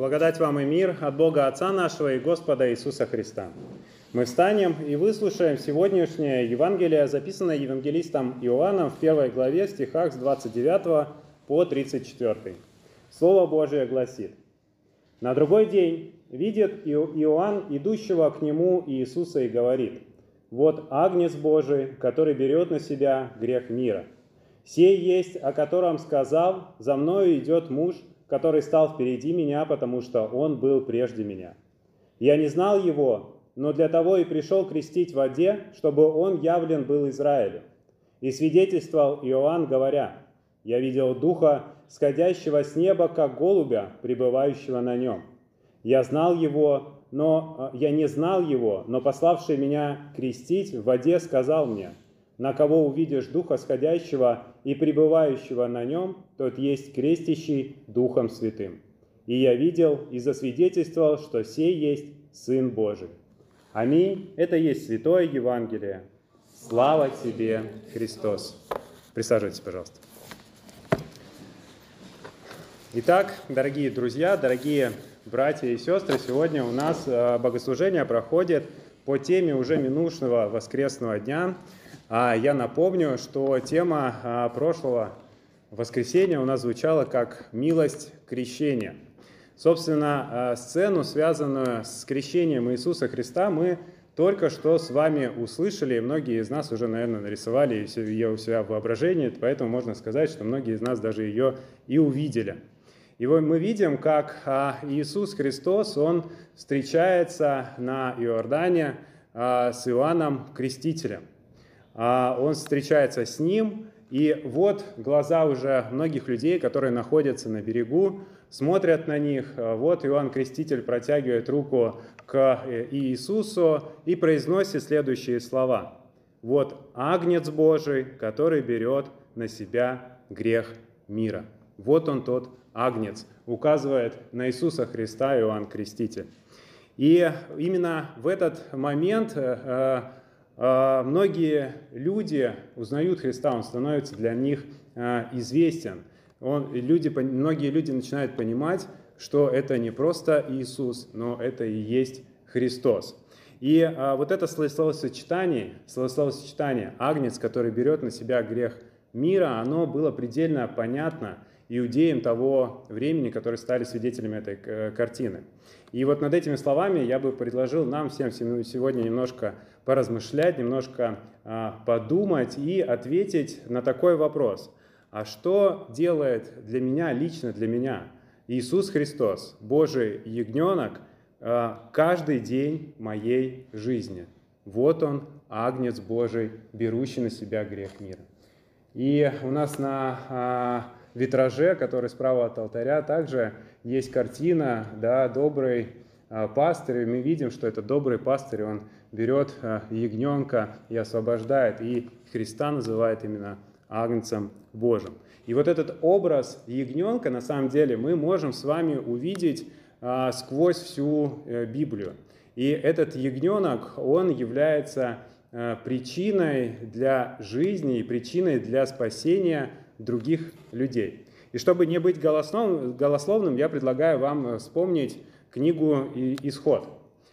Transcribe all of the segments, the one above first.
Благодать вам и мир от Бога Отца нашего и Господа Иисуса Христа. Мы встанем и выслушаем сегодняшнее Евангелие, записанное евангелистом Иоанном в 1 главе, стихах с 29 по 34. Слово Божие гласит: «На другой день видит Иоанн идущего к нему Иисуса и говорит: вот Агнец Божий, который берет на себя грех мира. Сей есть, о котором сказал: за мною идет муж, который стал впереди меня, потому что он был прежде меня. Я не знал его, но для того и пришел крестить в воде, чтобы он явлен был Израилю. И свидетельствовал Иоанн, говоря: я видел Духа, сходящего с неба, как голубя, пребывающего на нем. Я не знал его, но пославший меня крестить в воде сказал мне: на кого увидишь Духа сходящего и пребывающего на нем, тот есть крестящий Духом Святым. И я видел и засвидетельствовал, что сей есть Сын Божий». Аминь. Это есть Святое Евангелие. Слава тебе, Христос. Присаживайтесь, пожалуйста. Итак, дорогие друзья, дорогие братья и сестры, сегодня у нас богослужение проходит по теме уже минувшего воскресного дня. Я напомню, что тема прошлого воскресенья у нас звучала как «Милость крещения». Собственно, сцену, связанную с крещением Иисуса Христа, мы только что с вами услышали. Многие из нас уже, наверное, нарисовали ее у себя в воображении, поэтому можно сказать, что многие из нас даже ее и увидели. И мы видим, как Иисус Христос, Он встречается на Иордане с Иоанном Крестителем. Он встречается с ним, и вот глаза уже многих людей, которые находятся на берегу, смотрят на них. Вот Иоанн Креститель протягивает руку к Иисусу и произносит следующие слова: «Вот Агнец Божий, который берет на себя грех мира». Вот он тот Агнец, указывает на Иисуса Христа Иоанн Креститель. И именно в этот момент многие люди узнают Христа, Он становится для них известен. Многие люди начинают понимать, что это не просто Иисус, но это и есть Христос. И вот это словосочетание «Агнец, который берет на себя грех мира», оно было предельно понятно иудеям того времени, которые стали свидетелями этой картины. И вот над этими словами я бы предложил нам всем сегодня немножко поразмышлять, немножко подумать и ответить на такой вопрос. А что делает для меня, лично для меня, Иисус Христос, Божий ягненок, каждый день моей жизни? Вот Он, Агнец Божий, берущий на себя грех мира. И у нас на витраже, который справа от алтаря, также есть картина, да, «Добрый пастырь». И мы видим, что этот добрый пастырь, он берет ягненка и освобождает, и Христа называет именно Агнцем Божьим. И вот этот образ ягненка, на самом деле, мы можем с вами увидеть сквозь всю Библию. И этот ягненок, он является причиной для жизни и причиной для спасения других людей. И чтобы не быть голословным, я предлагаю вам вспомнить книгу «Исход».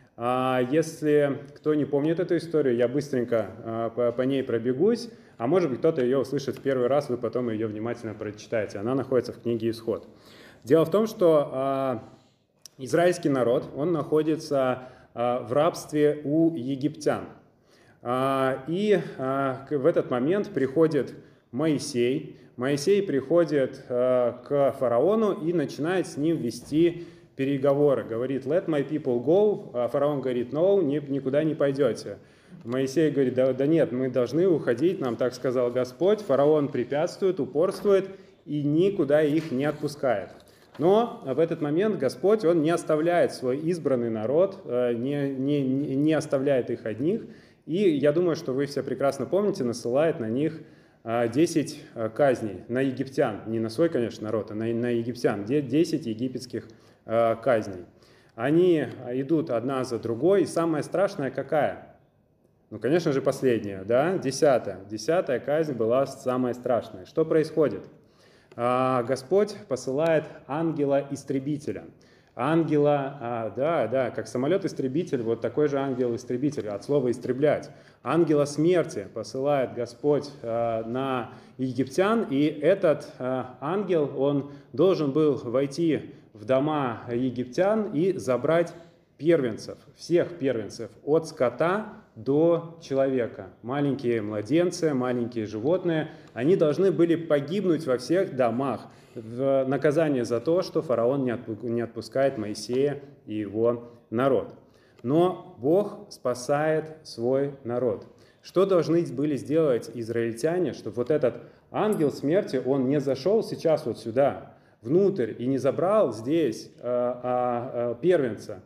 Если кто не помнит эту историю, я быстренько по ней пробегусь, а может быть кто-то ее услышит в первый раз, вы потом ее внимательно прочитаете. Она находится в книге «Исход». Дело в том, что израильский народ, он находится в рабстве у египтян. И в этот момент приходит Моисей. Моисей приходит к фараону и начинает с ним вести переговоры. Говорит: «Let my people go». А фараон говорит: «No, никуда не пойдете». Моисей говорит: да нет, мы должны уходить, нам так сказал Господь. Фараон препятствует, упорствует и никуда их не отпускает. Но в этот момент Господь, Он не оставляет свой избранный народ, не оставляет их одних. И я думаю, что вы все прекрасно помните, насылает на них 10 казней, на египтян, не на свой, конечно, народ, а на египтян, 10 египетских казней. Они идут одна за другой, и самое страшное какая? Ну, конечно же, последняя, да, 10-я. 10-я казнь была самая страшная. Что происходит? Господь посылает ангела-истребителя. ангела, да, как самолет-истребитель, вот такой же ангел-истребитель, от слова «истреблять». Ангела смерти посылает Господь на египтян, и этот ангел, он должен был войти в дома египтян и забрать первенцев, всех первенцев, от скота до человека. Маленькие младенцы, маленькие животные, они должны были погибнуть во всех домах в наказание за то, что фараон не отпускает Моисея и его народ. Но Бог спасает свой народ. Что должны были сделать израильтяне, чтобы вот этот ангел смерти, он не зашел сейчас вот сюда, внутрь, и не забрал здесь первенца,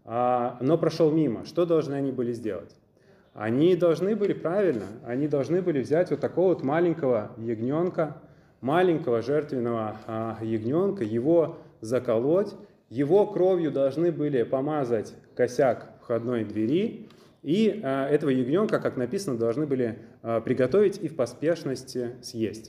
но прошел мимо? Что должны они были сделать? Они должны были, правильно, они должны были взять вот такого вот маленького ягненка, маленького жертвенного ягненка, его заколоть, его кровью должны были помазать косяк входной двери, и этого ягненка, как написано, должны были приготовить и в поспешности съесть.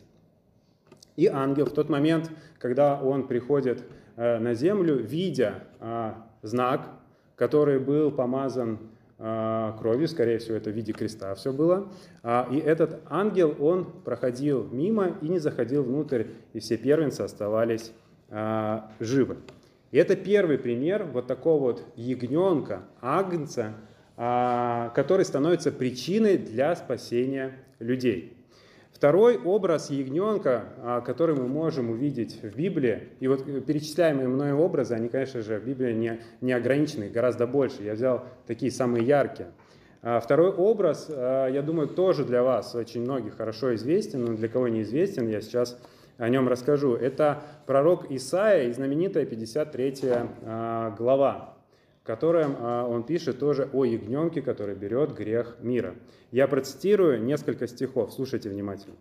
И ангел в тот момент, когда он приходит на землю, видя знак, который был помазан кровью, скорее всего, это в виде креста все было. И этот ангел, он проходил мимо и не заходил внутрь, и все первенцы оставались живы. И это первый пример вот такого вот ягненка, агнца, который становится причиной для спасения людей. Второй образ ягненка, который мы можем увидеть в Библии, и вот перечисляемые мной образы, они, конечно же, в Библии не ограничены, гораздо больше. Я взял такие самые яркие. Второй образ, я думаю, тоже для вас очень многих хорошо известен, но для кого не известен, я сейчас о нем расскажу. Это пророк Исаия и знаменитая 53 глава, в котором он пишет тоже о ягненке, который берет грех мира. Я процитирую несколько стихов, слушайте внимательно.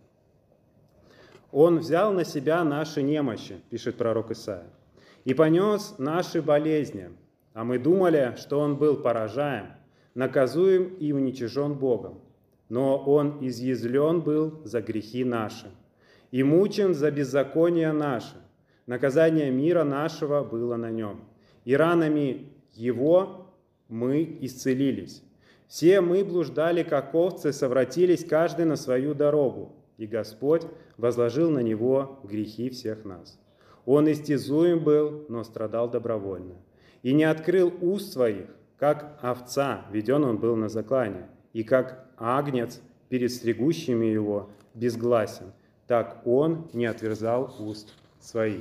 «Он взял на себя наши немощи», пишет пророк Исаия, «и понес наши болезни, а мы думали, что он был поражаем, наказуем и уничижен Богом. Но он изъязвлен был за грехи наши, и мучен за беззаконие наше. Наказание мира нашего было на нем, и ранами его мы исцелились. Все мы блуждали, как овцы, совратились каждый на свою дорогу, и Господь возложил на него грехи всех нас. Он истязуем был, но страдал добровольно, и не открыл уст своих, как овца, веден он был на заклание, и как агнец перед стригущими его безгласен, так он не отверзал уст своих».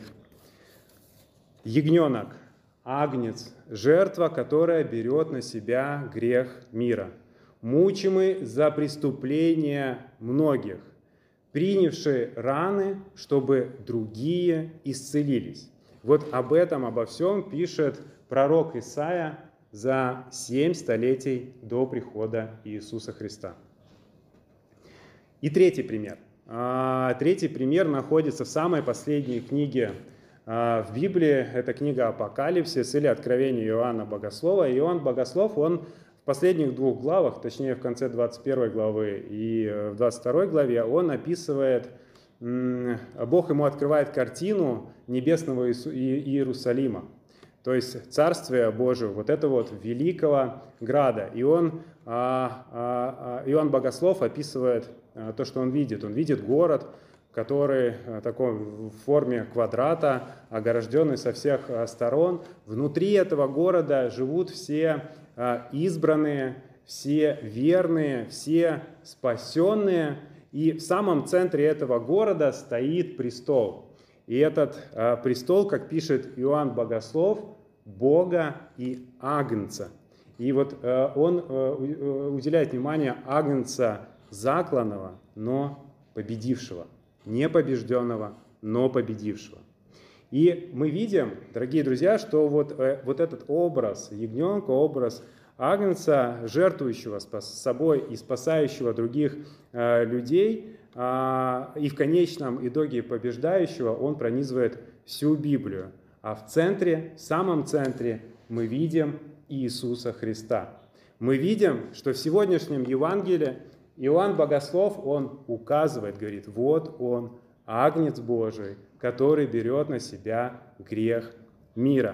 Ягненок, агнец, жертва, которая берет на себя грех мира, мучимый за преступления многих, принявший раны, чтобы другие исцелились. Вот об этом, обо всем пишет пророк Исаия за 7 столетий до прихода Иисуса Христа. И третий пример. Третий пример находится в самой последней книге в Библии. Это книга Апокалипсис или Откровение Иоанна Богослова. Иоанн Богослов, он в последних 2 главах, точнее в конце 21 главы и в 22 главе, он описывает, Бог ему открывает картину небесного Иерусалима, то есть Царствия Божьего, вот этого вот великого града. И Иоанн Богослов описывает то, что он видит. Он видит город, который такой в форме квадрата, огражденный со всех сторон. Внутри этого города живут все избранные, все верные, все спасенные. И в самом центре этого города стоит престол. И этот престол, как пишет Иоанн Богослов, Бога и Агнца. И вот он уделяет внимание Агнца закланного, но победившего. Не побежденного, но победившего. И мы видим, дорогие друзья, что вот этот образ ягненка, образ Агнца, жертвующего собой и спасающего других людей, и в конечном итоге побеждающего, он пронизывает всю Библию. А в центре, в самом центре мы видим Иисуса Христа. Мы видим, что в сегодняшнем Евангелии Иоанн Богослов, он указывает, говорит, вот он, Агнец Божий, который берет на себя грех мира.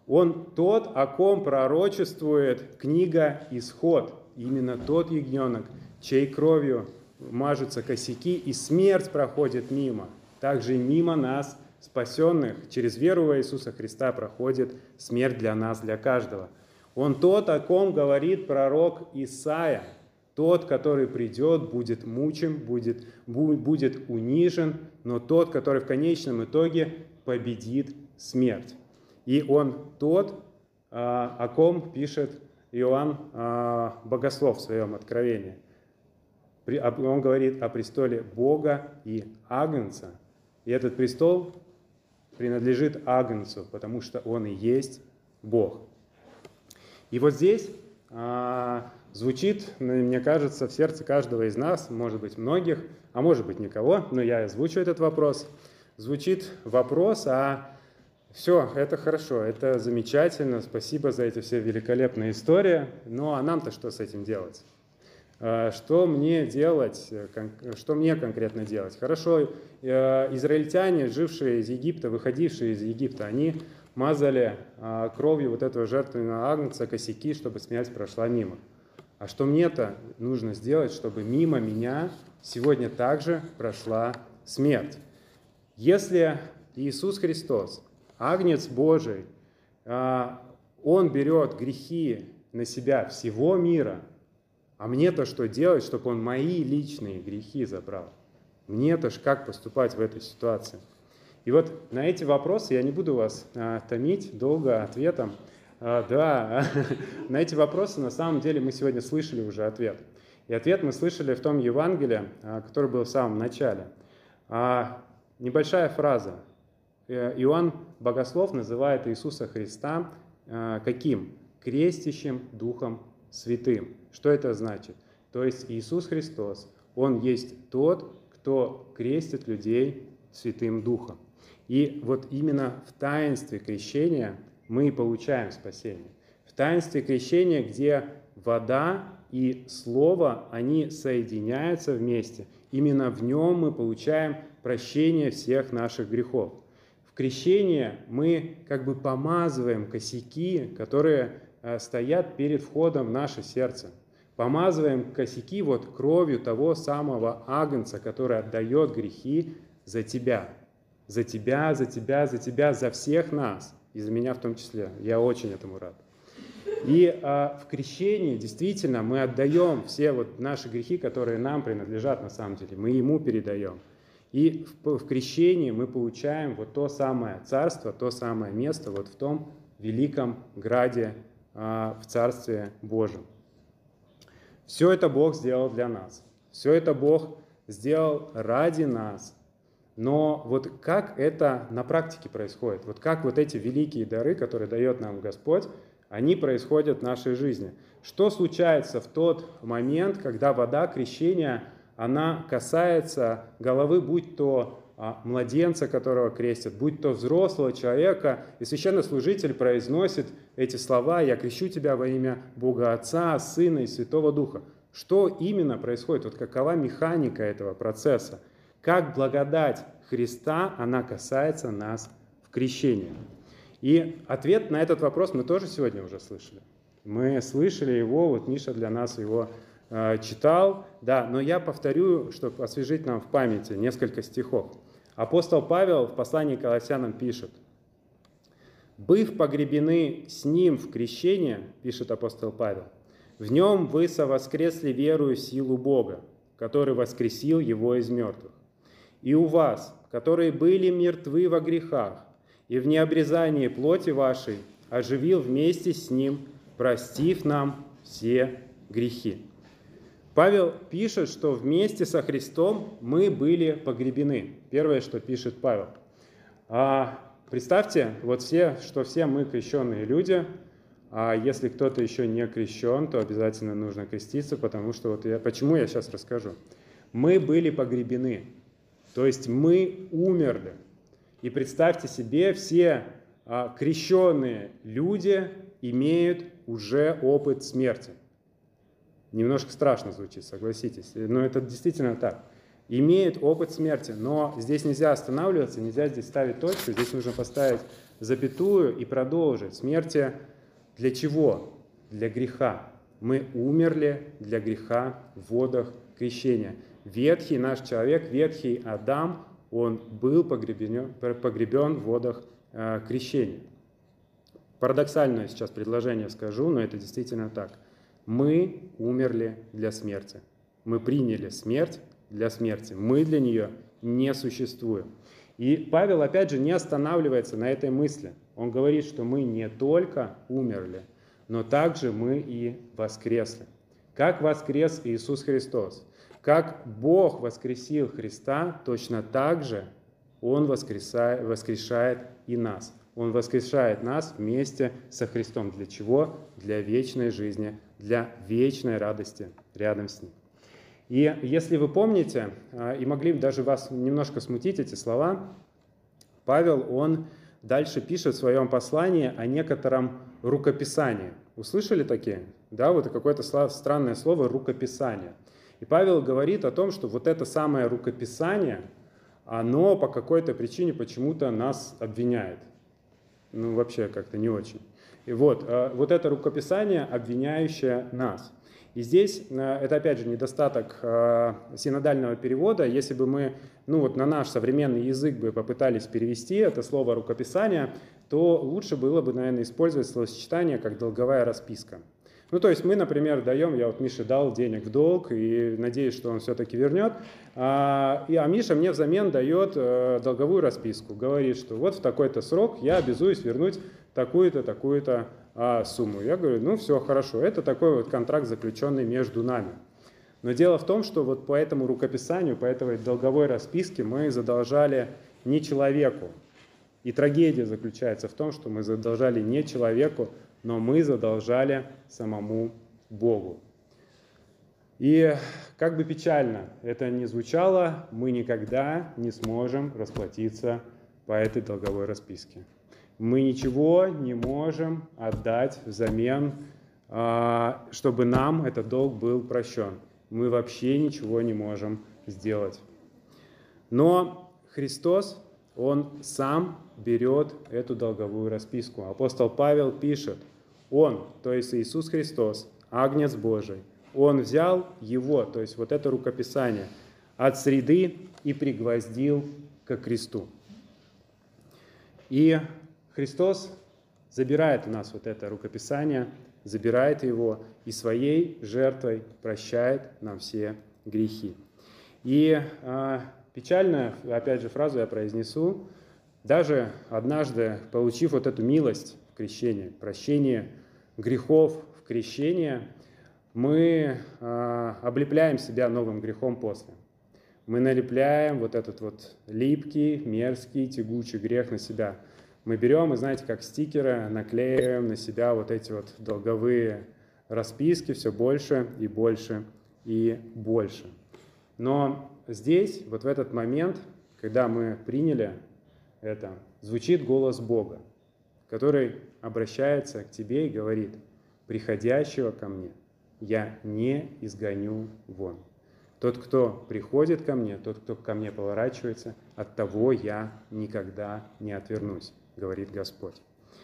Он тот, о ком пророчествует книга «Исход». Именно тот ягненок, чьей кровью мажутся косяки, и смерть проходит мимо. Также и мимо нас, спасенных, через веру в Иисуса Христа проходит смерть для нас, для каждого. Он тот, о ком говорит пророк Исаия. Тот, который придет, будет мучим, будет унижен, но тот, который в конечном итоге победит смерть. И он тот, о ком пишет Иоанн Богослов в своем откровении. Он говорит о престоле Бога и Агнца. И этот престол принадлежит Агнцу, потому что он и есть Бог. И вот здесь звучит, мне кажется, в сердце каждого из нас, может быть, многих, а может быть, никого, но я озвучу этот вопрос. Звучит вопрос, все, это хорошо, это замечательно, спасибо за эти все великолепные истории, ну а нам-то что с этим делать? Что мне делать, что мне конкретно делать? Хорошо, израильтяне, жившие из Египта, выходившие из Египта, они мазали кровью вот этого жертвенного агнца косяки, чтобы смерть прошла мимо. А что мне-то нужно сделать, чтобы мимо меня сегодня также прошла смерть? Если Иисус Христос, Агнец Божий, Он берет грехи на себя всего мира, а мне-то что делать, чтобы Он мои личные грехи забрал? Мне-то ж как поступать в этой ситуации? И вот на эти вопросы я не буду вас томить долго ответом. Да, на эти вопросы на самом деле мы сегодня слышали уже ответ. И ответ мы слышали в том Евангелии, который был в самом начале. Небольшая фраза. Иоанн Богослов называет Иисуса Христа каким? Крестящим Духом Святым. Что это значит? То есть Иисус Христос, Он есть тот, кто крестит людей Святым Духом. И вот именно в таинстве крещения мы получаем спасение. В таинстве крещения, где вода и слово, они соединяются вместе, именно в нем мы получаем прощение всех наших грехов. В крещении мы как бы помазываем косяки, которые стоят перед входом в наше сердце. Помазываем косяки вот кровью того самого Агнца, который отдает грехи за тебя. За тебя, за тебя, за тебя, за всех нас. И за меня в том числе. Я очень этому рад. И в крещении действительно мы отдаем все вот наши грехи, которые нам принадлежат на самом деле. Мы Ему передаем. И в крещении мы получаем вот то самое царство, то самое место вот в том великом граде в Царстве Божьем. Все это Бог сделал для нас. Все это Бог сделал ради нас. Но вот как это на практике происходит? Вот как вот эти великие дары, которые дает нам Господь, они происходят в нашей жизни? Что случается в тот момент, когда вода крещения, она касается головы, будь то младенца, которого крестят, будь то взрослого человека, и священнослужитель произносит эти слова: «Я крещу тебя во имя Бога Отца, Сына и Святого Духа». Что именно происходит? Вот какова механика этого процесса? Как благодать Христа, она касается нас в крещении? И ответ на этот вопрос мы тоже сегодня уже слышали. Мы слышали его, вот Миша для нас его читал, да, но я повторю, чтобы освежить нам в памяти несколько стихов. Апостол Павел в послании к Колоссянам пишет: «Быв погребены с Ним в крещении, — пишет апостол Павел, — в Нем вы совоскресли верою в силу Бога, который воскресил Его из мертвых. И у вас, которые были мертвы во грехах, и в необрезании плоти вашей оживил вместе с Ним, простив нам все грехи». Павел пишет, что вместе со Христом мы были погребены. Первое, что пишет Павел. Представьте, вот все мы крещенные люди, а если кто-то еще не крещен, то обязательно нужно креститься, потому что почему я сейчас расскажу. Мы были погребены, то есть мы умерли. И представьте себе, все крещенные люди имеют уже опыт смерти. Немножко страшно звучит, согласитесь, но это действительно так. Имеют опыт смерти, но здесь нельзя останавливаться, нельзя здесь ставить точку, здесь нужно поставить запятую и продолжит. Смерти для чего? Для греха. Мы умерли для греха в водах крещения. Ветхий наш человек, ветхий Адам, он был погребен в водах крещения. Парадоксальное сейчас предложение скажу, но это действительно так. Мы умерли для смерти. Мы приняли смерть для смерти. Мы для нее не существуем. И Павел, опять же, не останавливается на этой мысли. Он говорит, что мы не только умерли, но также мы и воскресли. Как воскрес Иисус Христос, как Бог воскресил Христа, точно так же Он воскрешает и нас. Он воскрешает нас вместе со Христом. Для чего? Для вечной жизни, для вечной радости рядом с Ним. И если вы помните, и могли даже вас немножко смутить эти слова, Павел, он дальше пишет в своем послании о некотором рукописании. Услышали такие? Да, вот какое-то странное слово «рукописание». И Павел говорит о том, что вот это самое рукописание, оно по какой-то причине почему-то нас обвиняет. Ну, вообще как-то не очень. И вот это рукописание, обвиняющее нас. И здесь, это опять же недостаток синодального перевода. Если бы мы на наш современный язык бы попытались перевести это слово «рукописание», то лучше было бы, наверное, использовать словосочетание как «долговая расписка». То есть мы, например, даем, я вот Мише дал денег в долг и надеюсь, что он все-таки вернет, а Миша мне взамен дает долговую расписку, говорит, что вот в такой-то срок я обязуюсь вернуть такую-то, такую-то сумму. Я говорю, все, хорошо, это такой вот контракт, заключенный между нами. Но дело в том, что вот по этому рукописанию, по этой долговой расписке мы задолжали не человеку. И трагедия заключается в том, что мы задолжали не человеку, но мы задолжали самому Богу. И как бы печально это ни звучало, мы никогда не сможем расплатиться по этой долговой расписке. Мы ничего не можем отдать взамен, чтобы нам этот долг был прощен. Мы вообще ничего не можем сделать. Но Христос, Он сам берет эту долговую расписку. Апостол Павел пишет, Он, то есть Иисус Христос, Агнец Божий, Он взял его, то есть вот это рукописание, от среды и пригвоздил ко кресту. И Христос забирает у нас вот это рукописание, забирает его и своей жертвой прощает нам все грехи. И печальную, опять же, фразу я произнесу, даже однажды, получив вот эту милость в крещении, прощение грехов в крещении, мы облепляем себя новым грехом после. Мы налепляем вот этот вот липкий, мерзкий, тягучий грех на себя. Мы берем и, знаете, как стикеры, наклеиваем на себя вот эти вот долговые расписки все больше и больше и больше. Но здесь, вот в этот момент, когда мы приняли это, звучит голос Бога, который обращается к тебе и говорит: «Приходящего ко мне я не изгоню вон. Тот, кто приходит ко мне, тот, кто ко мне поворачивается, от того я никогда не отвернусь», говорит Господь.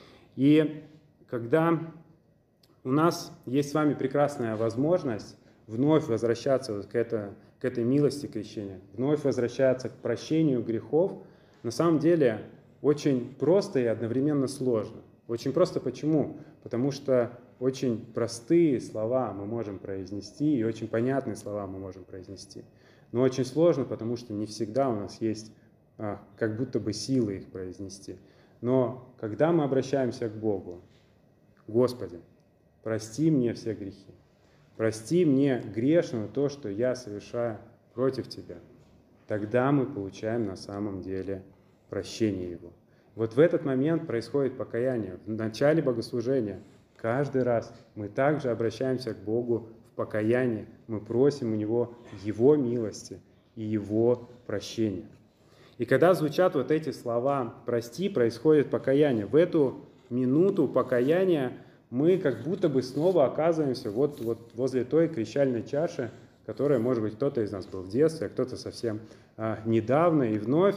И когда у нас есть с вами прекрасная возможность вновь возвращаться к этой милости крещения, вновь возвращаться к прощению грехов, на самом деле очень просто и одновременно сложно. Очень просто почему? Потому что очень простые слова мы можем произнести, и очень понятные слова мы можем произнести. Но очень сложно, потому что не всегда у нас есть как будто бы силы их произнести. Но когда мы обращаемся к Богу: «Господи, прости мне все грехи, прости мне грешную то, что я совершаю против Тебя», тогда мы получаем на самом деле прощение Его. Вот в этот момент происходит покаяние. В начале богослужения каждый раз мы также обращаемся к Богу в покаянии. Мы просим у Него Его милости и Его прощения. И когда звучат вот эти слова «прости», происходит покаяние. В эту минуту покаяния мы как будто бы снова оказываемся вот возле той крещальной чаши, которая, может быть, кто-то из нас был в детстве, а кто-то совсем недавно. И вновь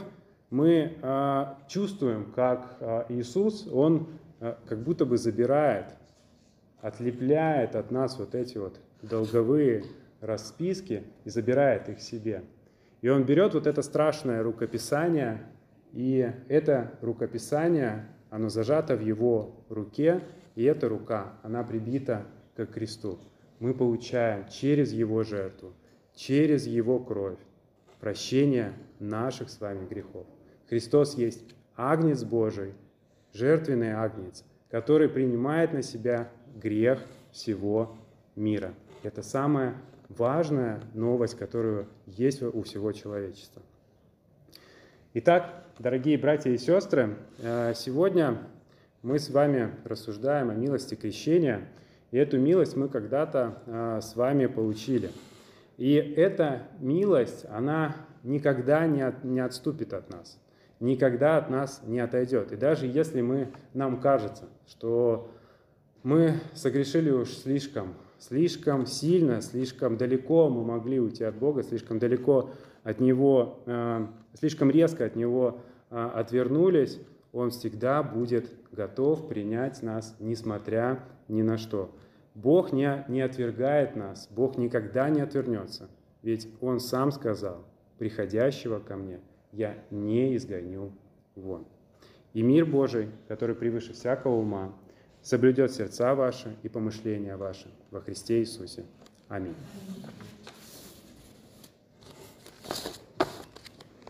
мы чувствуем, как Иисус, Он как будто бы забирает, отлепляет от нас вот эти вот долговые расписки и забирает их себе. И Он берет вот это страшное рукописание, и это рукописание, оно зажато в Его руке, и эта рука, она прибита к кресту. Мы получаем через Его жертву, через Его кровь прощение наших с вами грехов. Христос есть Агнец Божий, жертвенный Агнец, который принимает на себя грех всего мира. Это самая важная новость, которая есть у всего человечества. Итак, дорогие братья и сестры, сегодня мы с вами рассуждаем о милости крещения, и эту милость мы когда-то с вами получили. И эта милость, она никогда не отступит от нас, никогда от нас не отойдет. И даже если нам кажется, что мы согрешили уж слишком сильно, слишком далеко мы могли уйти от Бога, слишком далеко от Него, слишком резко от Него отвернулись, Он всегда будет готов принять нас, несмотря ни на что. Бог не отвергает нас, Бог никогда не отвернется, ведь Он сам сказал: «Приходящего ко мне я не изгоню вон». И мир Божий, который превыше всякого ума, соблюдет сердца ваши и помышления ваши во Христе Иисусе. Аминь.